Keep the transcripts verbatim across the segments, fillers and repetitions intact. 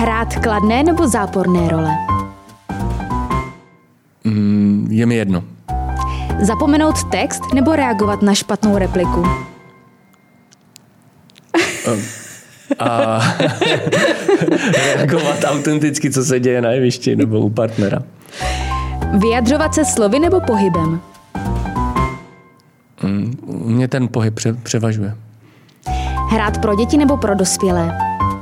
Hrát kladné nebo záporné role? Mm, je mi jedno. Zapomenout text nebo reagovat na špatnou repliku? A reagovat autenticky, co se děje na jevišti nebo u partnera. Vyjadřovat se slovy nebo pohybem? Mm, u mě ten pohyb pře- převažuje. Hrát pro děti nebo pro dospělé?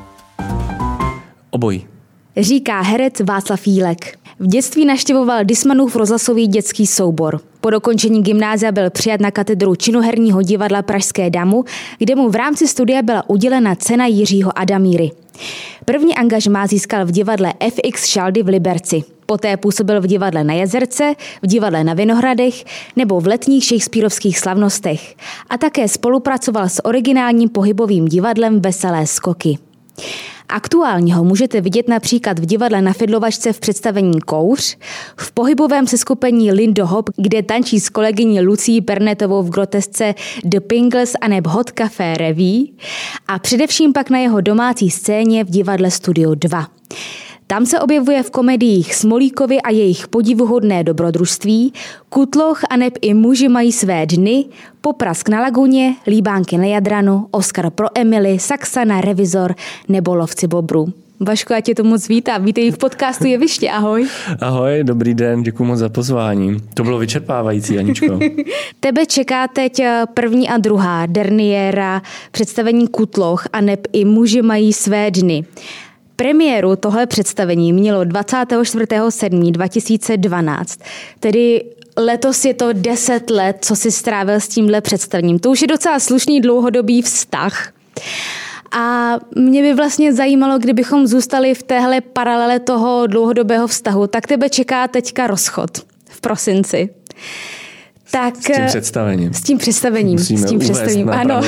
Obojí. Říká herec Václav Jílek. V dětství navštěvoval Dismanův rozhlasový dětský soubor. Po dokončení gymnázia byl přijat na katedru činoherního divadla Pražské Damu, kde mu v rámci studia byla udělena cena Jiřího Adamíry. První angažmá získal v divadle F X Šaldy v Liberci. Poté působil v divadle Na Jezerce, v divadle Na Vinohradech nebo v letních shakespearovských slavnostech. A také spolupracoval s originálním pohybovým divadlem Veselé skoky. Aktuálně ho můžete vidět například v divadle Na Fidlovačce v představení Kouř, v pohybovém seskupení Lindo Hop, kde tančí s kolegyní Lucí Pernetovou v grotesce The Pingles a neb Hot Café Revue a především pak na jeho domácí scéně v divadle Studio dva. Tam se objevuje v komediích Smolíkovi a jejich podivuhodné dobrodružství, Kutloch a neb i Muži mají své dny, Poprask na laguně, Líbánky na Jadranu, Oscar pro Emily, Saxana, Revizor nebo Lovci bobrů. Vaško, já tě to moc vítám. Vítej v podcastu Jeviště, ahoj. Ahoj, dobrý den, děkuji moc za pozvání. To bylo vyčerpávající, Aničko. Tebe čeká teď první a druhá derniéra představení Kutloch a neb i Muži mají své dny. Premiéru tohle představení mělo dvacátého čtvrtého sedmého dva tisíce dvanáct, tedy letos je to deset let, co si strávil s tímhle představením. To už je docela slušný dlouhodobý vztah. A mě by vlastně zajímalo, kdybychom zůstali v téhle paralele toho dlouhodobého vztahu, tak tebe čeká teďka rozchod v prosinci. Tak, s tím představením. S tím představením. Musíme s tím uvést představením. na Ano.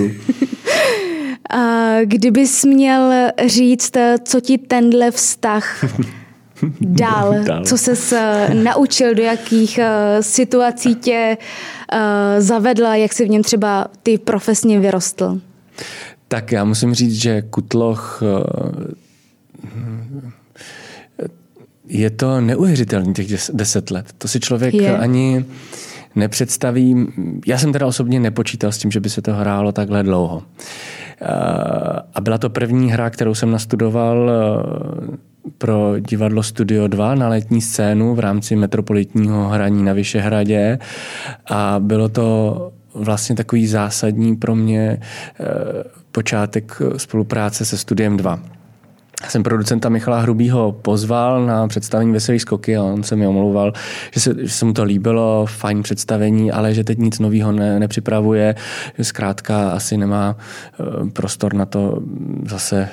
A kdybys měl říct, co ti tenhle vztah dal, dal. co ses naučil, do jakých situací tě zavedla, jak jsi v něm třeba ty profesně vyrostl? Tak já musím říct, že Kutloch je to neuvěřitelný těch deset let. To si člověk je. ani nepředstaví. Já jsem teda osobně nepočítal s tím, že by se to hrálo takhle dlouho. A byla to první hra, kterou jsem nastudoval pro divadlo Studio dva na letní scénu v rámci metropolitního hraní na Vyšehradě. A bylo to vlastně takový zásadní pro mě počátek spolupráce se Studiem dva. Jsem producenta Michala Hrubýho pozval na představení Veselý skoky a on se mi omlouval, že se, že se mu to líbilo, fajn představení, ale že teď nic nového ne, nepřipravuje, že zkrátka asi nemá uh, prostor na to zase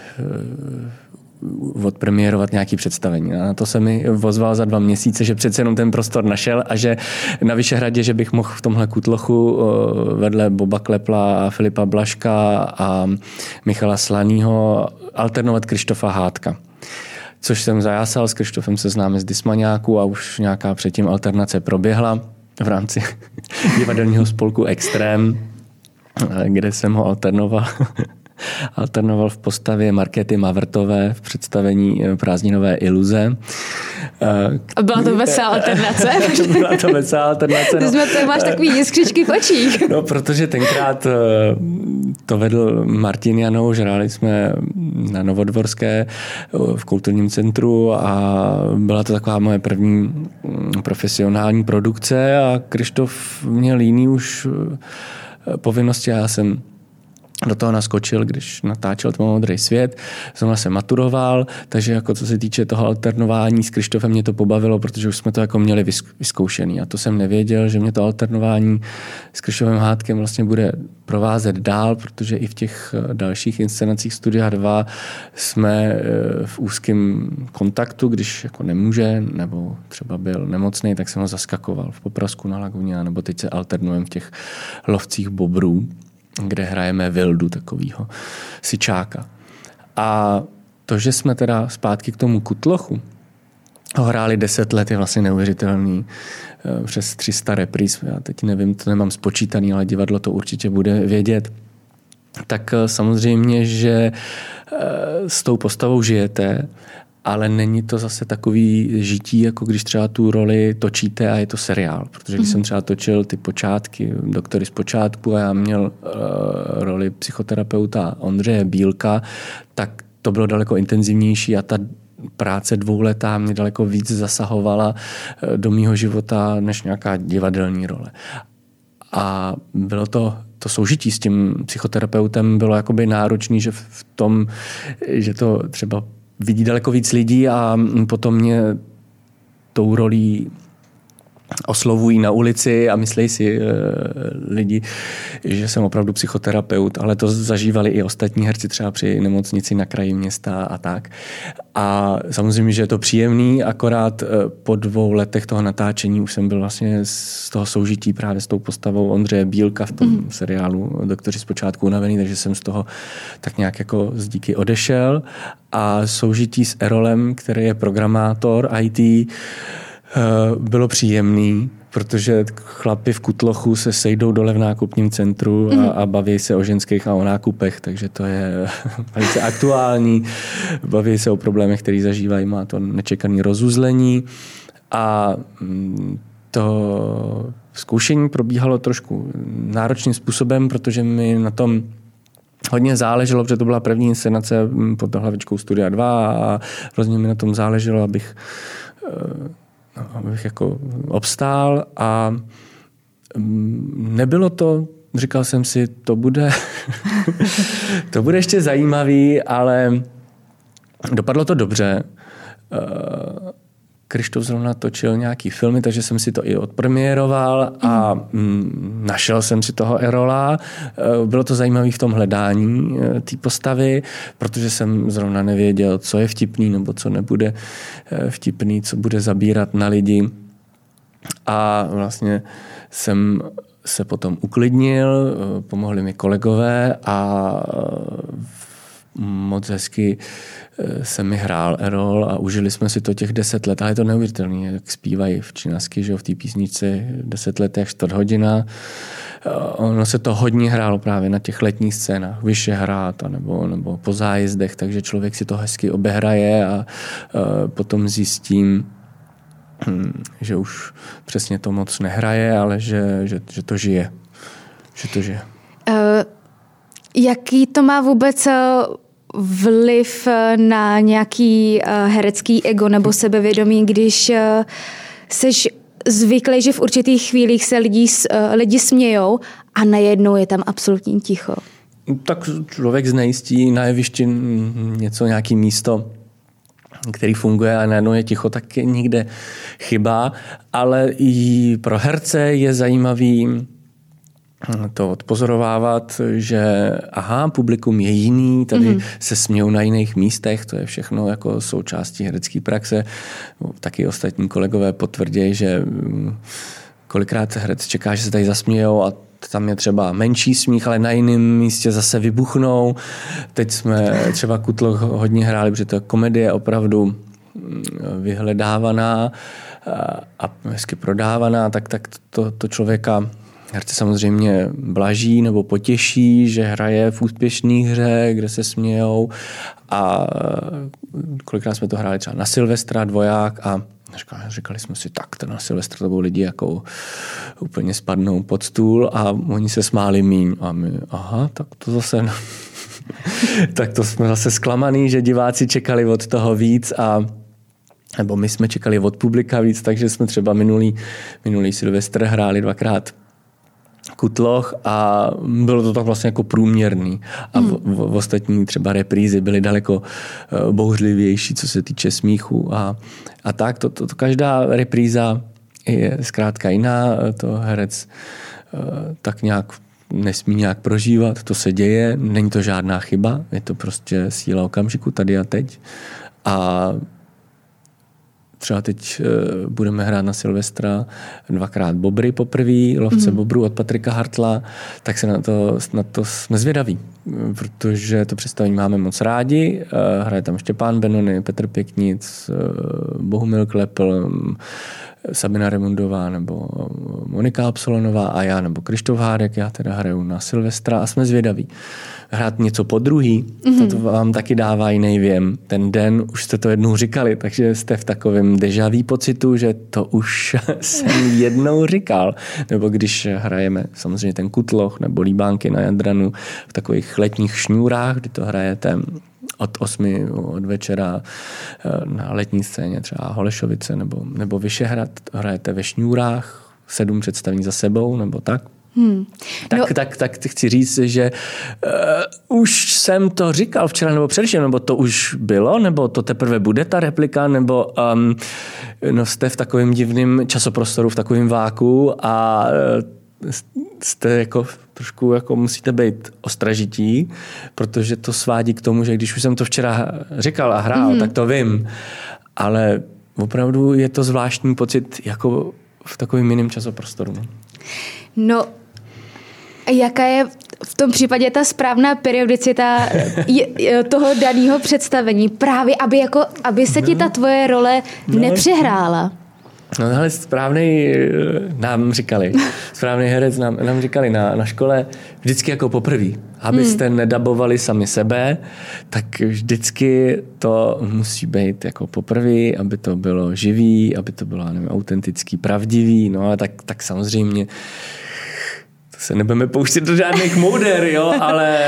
uh, odpremiérovat nějaké představení. A na to se mi ozval za dva měsíce, že přece jenom ten prostor našel a že na Vyšehradě, že bych mohl v tomhle Kutlochu uh, vedle Boba Klepla a Filipa Blažka a Michala Slanýho alternovat Krištofa Hádka. Což jsem zajásal, s Krištofem se známe z Dismaňáku a už nějaká předtím alternace proběhla v rámci divadelního spolku Extrém, kde jsem ho alternoval. Alternoval v postavě Markéty Mavrtové v představení Prázdninové iluze. A byla to veselá alternace? Byla to veselá alternace. No. Ty máš takový jiskřičky v očích. No, protože tenkrát to vedl Martin Janouš, hráli jsme na Novodvorské v kulturním centru a byla to taková moje první profesionální produkce a Krištof měl jiný už povinnosti a já jsem do toho naskočil, když natáčel Tmavomodrý svět. Znovu jsem maturoval, takže jako co se týče toho alternování s Krištofem mě to pobavilo, protože už jsme to jako měli vyzkoušený. A to jsem nevěděl, že mě to alternování s Krištofem Hádkem vlastně bude provázet dál, protože i v těch dalších inscenacích Studia dva jsme v úzkém kontaktu, když jako nemůže, nebo třeba byl nemocný, tak jsem ho zaskakoval v Poprasku na Laguně, nebo teď se alternujeme v těch Lovcích bobrů, kde hrajeme Vildu, takovýho syčáka. A to, že jsme teda zpátky k tomu Kutlochu, ho hráli deset let, je vlastně neuvěřitelný. Přes tři sta repríz, já teď nevím, to nemám spočítaný, ale divadlo to určitě bude vědět. tak samozřejmě, že s tou postavou žijete, ale není to zase takový žití, jako když třeba tu roli točíte a je to seriál. Protože když mm. jsem třeba točil ty počátky, Doktory z počátku a já měl uh, roli psychoterapeuta Ondřeje Bílka, tak to bylo daleko intenzivnější a ta práce dvouletá mě daleko víc zasahovala do mýho života než nějaká divadelní role. A bylo to, to soužití s tím psychoterapeutem bylo jakoby náročný, že v tom, že to třeba vidí daleko víc lidí a potom mě tou rolí oslovují na ulici a myslí si e, lidi, že jsem opravdu psychoterapeut, ale to zažívali i ostatní herci třeba při nemocnici na kraji města a tak. A samozřejmě, že je to příjemný, akorát po dvou letech toho natáčení už jsem byl vlastně z toho soužití právě s tou postavou Ondřeje Bílka v tom mm. seriálu Doktoři zpočátku unavený, takže jsem z toho tak nějak jako z díky odešel a soužití s Erolem, který je programátor í té, bylo příjemný, protože chlapi v Kutlochu se sejdou dole v nákupním centru a, a baví se o ženských a o nákupech, takže to je velice aktuální. Baví se o problémech, které zažívají, má to nečekané rozuzlení a to zkoušení probíhalo trošku náročným způsobem, protože mi na tom hodně záleželo, protože to byla první inscenace pod hlavičkou Studia dva a hrozně mi na tom záleželo, abych abych jako obstál a nebylo to, říkal jsem si, to bude to bude ještě zajímavý, ale dopadlo to dobře. Krištof zrovna točil nějaký filmy, takže jsem si to i odpremiéroval a mm, našel jsem si toho Erola. Bylo to zajímavé v tom hledání té postavy, protože jsem zrovna nevěděl, co je vtipný nebo co nebude vtipný, co bude zabírat na lidi. A vlastně jsem se potom uklidnil, pomohli mi kolegové a moc hezky se mi hrál Erol a užili jsme si to těch deset let, ale je to neuvěřitelné, jak zpívají v Činasky, že v té písničce deset let jak čtvrt hodina. Ono se to hodně hrálo právě na těch letních scénách, Vyšehrad nebo, nebo po zájezdech, takže člověk si to hezky obehraje a, a potom zjistím, že už přesně to moc nehraje, ale že, že, že to žije. Že to žije. Uh, jaký to má vůbec vliv na nějaký herecký ego nebo sebevědomí, když seš zvyklý, že v určitých chvílích se lidi, lidi smějou a najednou je tam absolutní ticho? Tak člověk znejistí na jevišti něco, nějaký místo, který funguje a najednou je ticho, tak je nikde chyba, ale i pro herce je zajímavý to odpozorovávat, že aha, publikum je jiný, tady mm-hmm. se smějou na jiných místech, to je všechno jako součástí herecké praxe. Taky ostatní kolegové potvrdí, že kolikrát herec čeká, že se tady zasmějou a tam je třeba menší smích, ale na jiném místě zase vybuchnou. Teď jsme třeba Kutloch hodně hráli, protože to je komedie opravdu vyhledávaná a hezky prodávaná, tak, tak to, to člověka herce samozřejmě blaží nebo potěší, že hraje v úspěšné hře, kde se smějou a kolikrát jsme to hráli třeba na Silvestra, Dvoják a říkali, říkali jsme si, tak ten na Silvestra to budou lidi jako úplně spadnou pod stůl a oni se smáli míň a my, aha, tak to zase tak to jsme zase zklamaný, že diváci čekali od toho víc a nebo my jsme čekali od publika víc, takže jsme třeba minulý, minulý Silvestr hráli dvakrát Kutloch a bylo to tak vlastně jako průměrný. A v, v, v ostatní třeba reprízy byly daleko bouřlivější, co se týče smíchu. A, a tak, to, to, to každá repríza je zkrátka jiná. To herec tak nějak nesmí nějak prožívat. To se děje, není to žádná chyba, je to prostě síla okamžiku tady a teď. A třeba teď uh, budeme hrát na Silvestra dvakrát Bobry poprvý, Lovce mm. bobrů od Patrika Hartla, tak se na to, na to jsme zvědaví, protože to představení máme moc rádi. Uh, hraje tam Štěpán Benony, Petr Pěknic, uh, Bohumil Klepl, uh, Sabina Remundová nebo Monika Absolonová a já, nebo Krištof Hádek, já teda hraju na Silvestra a jsme zvědaví. Hrát něco po druhý, mm-hmm. to vám taky dává jiný věm. Ten den, už jste to jednou říkali, takže jste v takovém déjà vu pocitu, že to už jsem jednou říkal. Nebo když hrajeme samozřejmě ten Kutloch nebo Líbánky na Jadranu v takových letních šňůrách, kdy to hrajete od osmi od večera na letní scéně, třeba Holešovice nebo, nebo Vyšehrad, hrajete ve šňůrách, sedm představení za sebou, nebo tak. Hmm. Tak, no. tak, tak chci říct, že uh, už jsem to říkal včera nebo především, nebo to už bylo, nebo to teprve bude ta replika, nebo um, no jste v takovém divném časoprostoru, v takovém váku a uh, jste jako trošku jako musíte být ostražití, protože to svádí k tomu, že když už jsem to včera říkal a hrál, mm-hmm. tak to vím. Ale opravdu je to zvláštní pocit jako v takovém jiném časoprostoru. No, jaká je v tom případě ta správná periodicita toho daného představení? Právě, aby, jako, aby se ti ta tvoje role no, nepřehrála. No ale správnej nám říkali, správný herec nám, nám říkali na, na škole vždycky jako poprvý. Abyste hmm. nedabovali sami sebe, tak vždycky to musí být jako poprvý, aby to bylo živý, aby to bylo nevím, autentický, pravdivý. No a tak, tak samozřejmě to se nebudeme pouštět do žádných mouder, jo, ale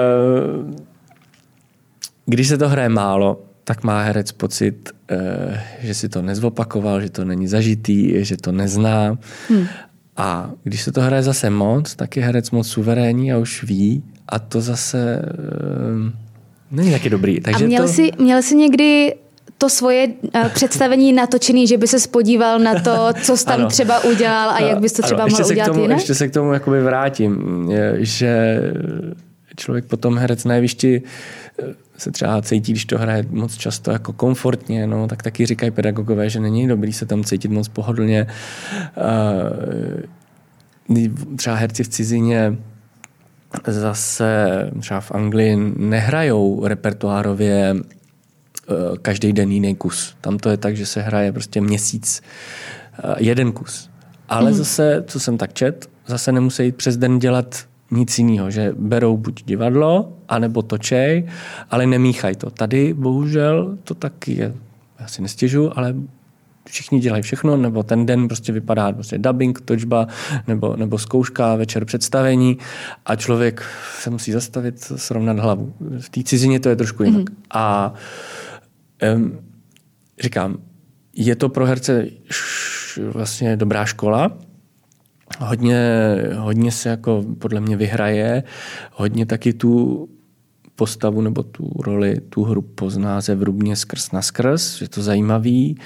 když se to hraje málo, tak má herec pocit, že si to nezvopakoval, že to není zažitý, že to nezná. Hmm. A když se to hraje zase moc, tak je herec moc suverénní a už ví. A to zase není taky dobrý. Takže a měl, to... jsi, měl jsi někdy to svoje představení natočený, že by se spodíval na to, co jsi tam ano. třeba udělal a jak bys to třeba ano, mohl udělat tomu, jinak? Ještě se k tomu jakoby vrátím, že člověk potom herec na jevišti se třeba cítí, když to hraje moc často jako komfortně, no, tak taky říkají pedagogové, že není dobrý se tam cítit moc pohodlně. Třeba herci v cizině zase třeba v Anglii nehrajou repertoárově každý den jiný kus. Tam to je tak, že se hraje prostě měsíc jeden kus. Ale mm. zase, co jsem tak čet, zase nemusí jít přes den dělat nic jiného, že berou buď divadlo, anebo točej, ale nemíchají to. Tady bohužel to taky je, já si nestěžuju, ale všichni dělají všechno, nebo ten den prostě vypadá prostě dubbing, točba, nebo, nebo zkouška, večer představení a člověk se musí zastavit, srovnat hlavu. V té cizině to je trošku jinak. Mm-hmm. A um, říkám, je to pro herce š, vlastně dobrá škola, Hodně, hodně se jako podle mě vyhraje, hodně taky tu postavu nebo tu roli, tu hru pozná zevrubně skrz na skrz, je to zajímavý.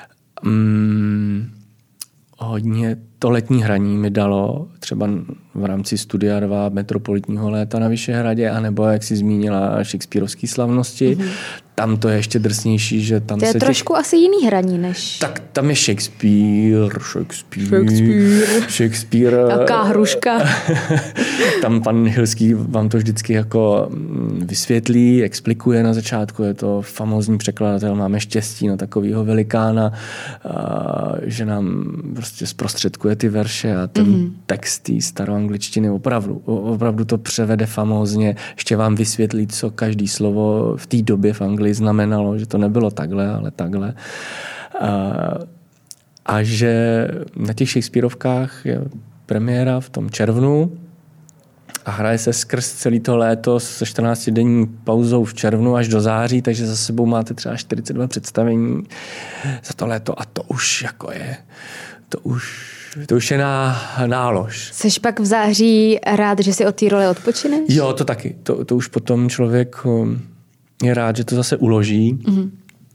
Hmm, hodně to letní hraní mi dalo třeba v rámci studia dva metropolitního léta na Vyšehradě, anebo jak jsi zmínila Shakespearovský slavnosti. Mm-hmm. Tam to je ještě drsnější, že tam to je se trošku těch... asi jiný hraní než... Tak tam je Shakespeare, Shakespeare, Shakespeare. Shakespeare. Taká hruška. Tam pan Hilský vám to vždycky jako vysvětlí, explikuje na začátku, je to famózní překladatel, máme štěstí na takového velikána, že nám prostě zprostředkuje ty verše a ten mm-hmm. text té staroangličtiny opravdu, opravdu to převede famózně, ještě vám vysvětlí, co každý slovo v té době v Anglii znamenalo, že to nebylo takhle, ale takhle. A, a že na těch Shakespearovkách je premiéra v tom červnu a hraje se skrz celý to léto se čtrnáctidenní pauzou v červnu až do září, takže za sebou máte třeba čtyřicet dva představení za to léto a to už jako je, to už To už je na nálož. Jseš pak v září rád, že si od té role odpočineš? Jo, to taky. To, to už potom člověk je rád, že to zase uloží. Mm-hmm.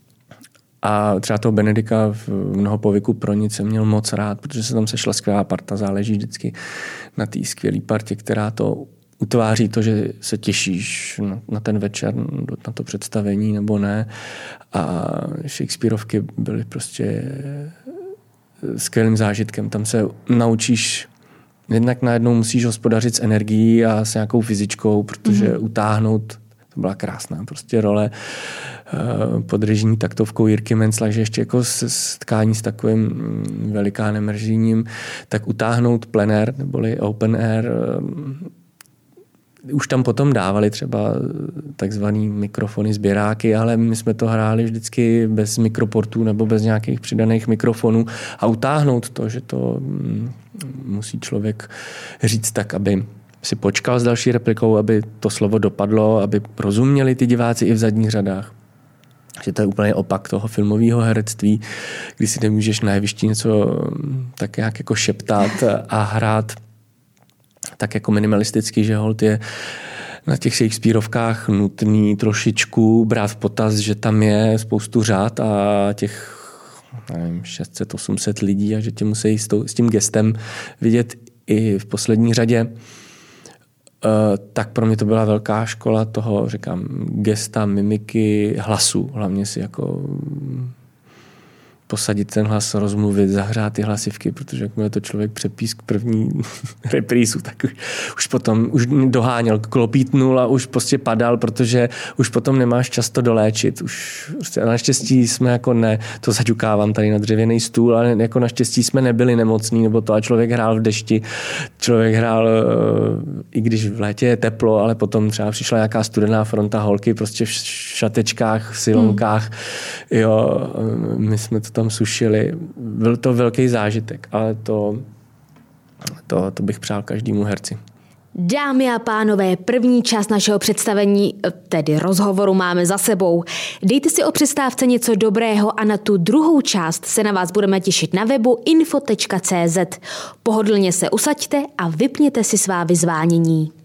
A třeba toho Benedika v Mnoho povyku pro nic jsem měl moc rád, protože se tam sešla skvělá parta. Záleží vždycky na té skvělé partě, která to utváří to, že se těšíš na, na ten večer, na to představení nebo ne. A Shakespearovky byly prostě skvělým zážitkem. Tam se naučíš, jednak najednou musíš hospodařit s energií a s nějakou fyzičkou, protože mm-hmm. utáhnout To byla krásná prostě role podržení taktovkou Jirky Mencla, že ještě jako setkání s takovým velikánem Mržíním, tak utáhnout plein air, neboli open air. Už tam potom dávali třeba takzvaný mikrofony, sběráky, ale my jsme to hráli vždycky bez mikroportů nebo bez nějakých přidaných mikrofonů a utáhnout to, že to musí člověk říct tak, aby si počkal s další replikou, aby to slovo dopadlo, aby rozuměli ty diváci i v zadních řadách. Že to je úplně opak toho filmového herectví, kdy si nemůžeš na jevišti něco tak nějak jako šeptat a hrát tak jako minimalisticky, že holt je na těch Shakespeareovkách nutný trošičku brát v potaz, že tam je spoustu řád a těch nevím, šest set osm set lidí a že tě musí s, s tím gestem vidět i v poslední řadě. Uh, tak pro mě to byla velká škola toho, říkám, gesta, mimiky, hlasu. Hlavně si jako posadit ten hlas, rozmluvit, zahřát ty hlasivky, protože jakmile to člověk přepísk první reprízu, tak už, už potom už doháněl, klopítnul a už prostě padal, protože už potom nemáš čas to doléčit. Už, prostě, naštěstí jsme jako ne, to zaťukávám tady na dřevěný stůl, ale jako naštěstí jsme nebyli nemocní, nebo to, a člověk hrál v dešti, člověk hrál, i když v létě je teplo, ale potom třeba přišla nějaká studená fronta, holky prostě v šatečkách, v silonkách, hmm. jo, my jsme to tam sušili. Byl to velký zážitek, ale to, to, to bych přál každému herci. Dámy a pánové, první část našeho představení, tedy rozhovoru, máme za sebou. Dejte si o přestávce něco dobrého a na tu druhou část se na vás budeme těšit na webu info tečka cé zet. Pohodlně se usaďte a vypněte si svá vyzvánění.